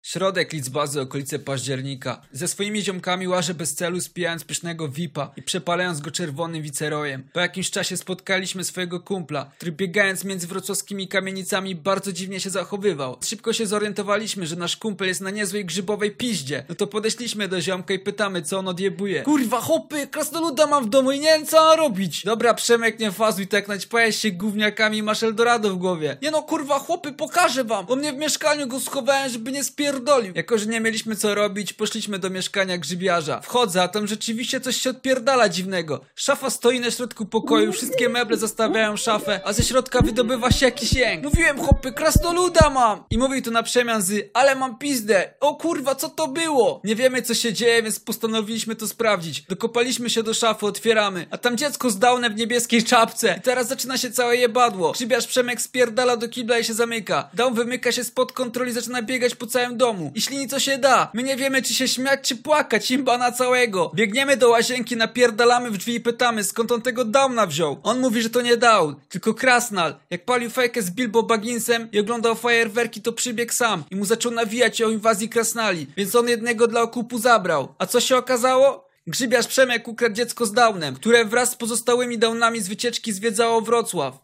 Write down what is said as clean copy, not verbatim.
Środek Lidzbazy, okolice października. Ze swoimi ziomkami łażę bez celu, spijając pysznego VIP-a i przepalając go czerwonym wicerojem. Po jakimś czasie spotkaliśmy swojego kumpla, który biegając między wrocławskimi kamienicami bardzo dziwnie się zachowywał. Szybko się zorientowaliśmy, że nasz kumpel jest na niezłej grzybowej piździe. No to podeszliśmy do ziomka i pytamy, co on odjebuje. Kurwa, hopy, krasnoluda mam w domu i nie wiem, co mam robić. Dobra, Przemek, nie fazuj, tak naćpałeś się gówniakami i masz Eldorado w głowie. Nie no, kurwa, chłopy, pokażę wam. U mnie w mieszkaniu go schowałem, żeby nie spierdolił. Jako że nie mieliśmy co robić, poszliśmy do mieszkania grzybiarza. Wchodzę, a tam rzeczywiście coś się odpierdala dziwnego. Szafa stoi na środku pokoju, wszystkie meble zastawiają szafę, a ze środka wydobywa się jakiś jęk. Mówiłem, chłopy, krasnoluda mam! I mówił to na przemian z ale mam pizdę. O kurwa, co to było? Nie wiemy, co się dzieje, więc postanowiliśmy to sprawdzić. Dokopaliśmy się do szafy, otwieramy, a tam dziecko z Downem w niebieskiej czapce. I teraz zaczyna się całe jebadło. Grzybiarz Przemek spierdala do kibla i się zamyka. Down wymyka się spod kontroli, zaczyna biegać po całym domu. I ślini co się da. My nie wiemy, czy się śmiać, czy płakać. Imba na całego. Biegniemy do łazienki, napierdalamy w drzwi i pytamy, skąd on tego Downa wziął. On mówi, że to nie Down, tylko Krasnal. Jak palił fajkę z Bilbo Bagginsem i oglądał fajerwerki, to przybiegł sam i mu zaczął nawijać o inwazji Krasnali, więc on jednego dla okupu zabrał. A co się okazało? Grzybiarz Przemek ukradł dziecko z Downem, które wraz z pozostałymi Downami z wycieczki zwiedzało Wrocław.